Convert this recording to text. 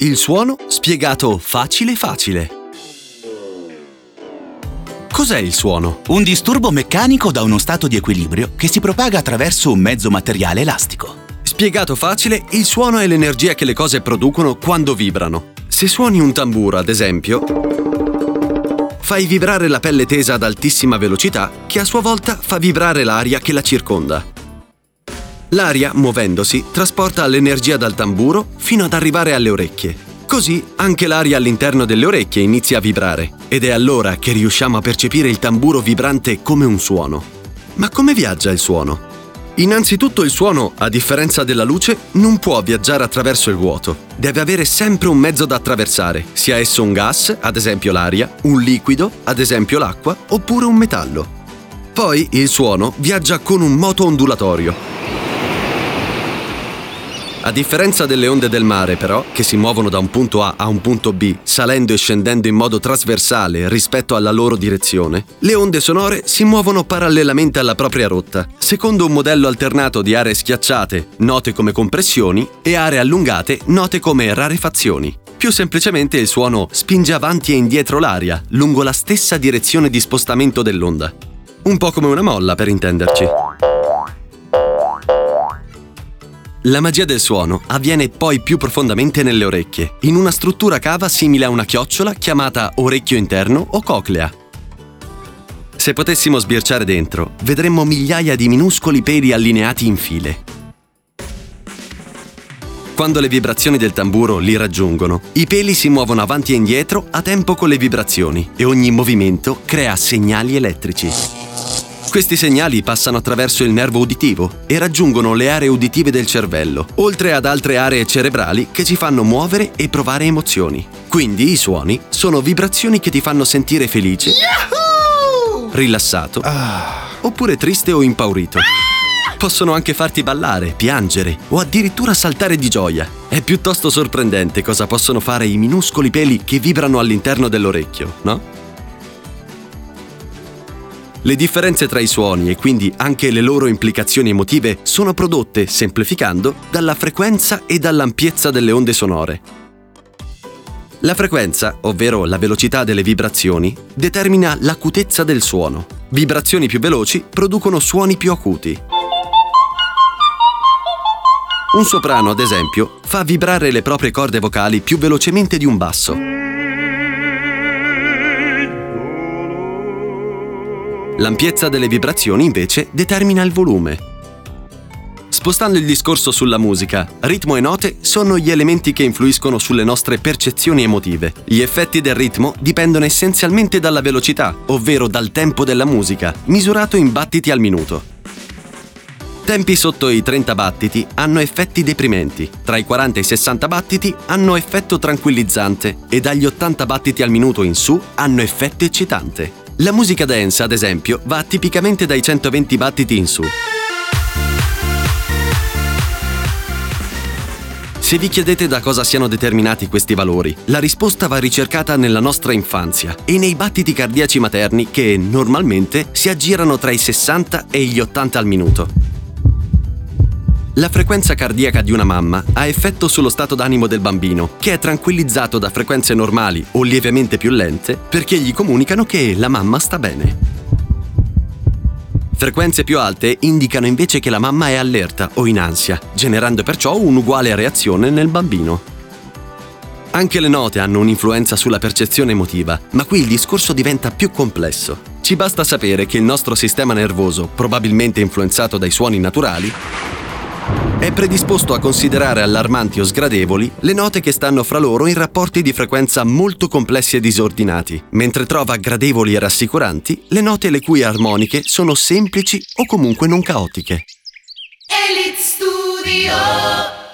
Il suono spiegato facile facile. Cos'è il suono? Un disturbo meccanico da uno stato di equilibrio che si propaga attraverso un mezzo materiale elastico. Spiegato facile, il suono è l'energia che le cose producono quando vibrano. Se suoni un tamburo, ad esempio, fai vibrare la pelle tesa ad altissima velocità, che a sua volta fa vibrare l'aria che la circonda. L'aria, muovendosi, trasporta l'energia dal tamburo fino ad arrivare alle orecchie. Così anche l'aria all'interno delle orecchie inizia a vibrare, ed è allora che riusciamo a percepire il tamburo vibrante come un suono. Ma come viaggia il suono? Innanzitutto il suono, a differenza della luce, non può viaggiare attraverso il vuoto. Deve avere sempre un mezzo da attraversare, sia esso un gas, ad esempio l'aria, un liquido, ad esempio l'acqua, oppure un metallo. Poi il suono viaggia con un moto ondulatorio. A differenza delle onde del mare, però, che si muovono da un punto A a un punto B, salendo e scendendo in modo trasversale rispetto alla loro direzione, le onde sonore si muovono parallelamente alla propria rotta, secondo un modello alternato di aree schiacciate, note come compressioni, e aree allungate, note come rarefazioni. Più semplicemente il suono spinge avanti e indietro l'aria, lungo la stessa direzione di spostamento dell'onda. Un po' come una molla, per intenderci. La magia del suono avviene poi più profondamente nelle orecchie, in una struttura cava simile a una chiocciola chiamata orecchio interno o coclea. Se potessimo sbirciare dentro, vedremmo migliaia di minuscoli peli allineati in file. Quando le vibrazioni del tamburo li raggiungono, i peli si muovono avanti e indietro a tempo con le vibrazioni e ogni movimento crea segnali elettrici. Questi segnali passano attraverso il nervo uditivo e raggiungono le aree uditive del cervello, oltre ad altre aree cerebrali che ci fanno muovere e provare emozioni. Quindi i suoni sono vibrazioni che ti fanno sentire felice, rilassato, oppure triste o impaurito. Possono anche farti ballare, piangere o addirittura saltare di gioia. È piuttosto sorprendente cosa possono fare i minuscoli peli che vibrano all'interno dell'orecchio, no? Le differenze tra i suoni e quindi anche le loro implicazioni emotive sono prodotte, semplificando, dalla frequenza e dall'ampiezza delle onde sonore. La frequenza, ovvero la velocità delle vibrazioni, determina l'acutezza del suono. Vibrazioni più veloci producono suoni più acuti. Un soprano, ad esempio, fa vibrare le proprie corde vocali più velocemente di un basso. L'ampiezza delle vibrazioni, invece, determina il volume. Spostando il discorso sulla musica, ritmo e note sono gli elementi che influiscono sulle nostre percezioni emotive. Gli effetti del ritmo dipendono essenzialmente dalla velocità, ovvero dal tempo della musica, misurato in battiti al minuto. Tempi sotto i 30 battiti hanno effetti deprimenti, tra i 40 e i 60 battiti hanno effetto tranquillizzante e dagli 80 battiti al minuto in su hanno effetto eccitante. La musica dance, ad esempio, va tipicamente dai 120 battiti in su. Se vi chiedete da cosa siano determinati questi valori, la risposta va ricercata nella nostra infanzia e nei battiti cardiaci materni che, normalmente, si aggirano tra i 60 e gli 80 al minuto. La frequenza cardiaca di una mamma ha effetto sullo stato d'animo del bambino, che è tranquillizzato da frequenze normali o lievemente più lente perché gli comunicano che la mamma sta bene. Frequenze più alte indicano invece che la mamma è allerta o in ansia, generando perciò un'uguale reazione nel bambino. Anche le note hanno un'influenza sulla percezione emotiva, ma qui il discorso diventa più complesso. Ci basta sapere che il nostro sistema nervoso, probabilmente influenzato dai suoni naturali, è predisposto a considerare allarmanti o sgradevoli le note che stanno fra loro in rapporti di frequenza molto complessi e disordinati, mentre trova gradevoli e rassicuranti le note le cui armoniche sono semplici o comunque non caotiche. Elite Studio.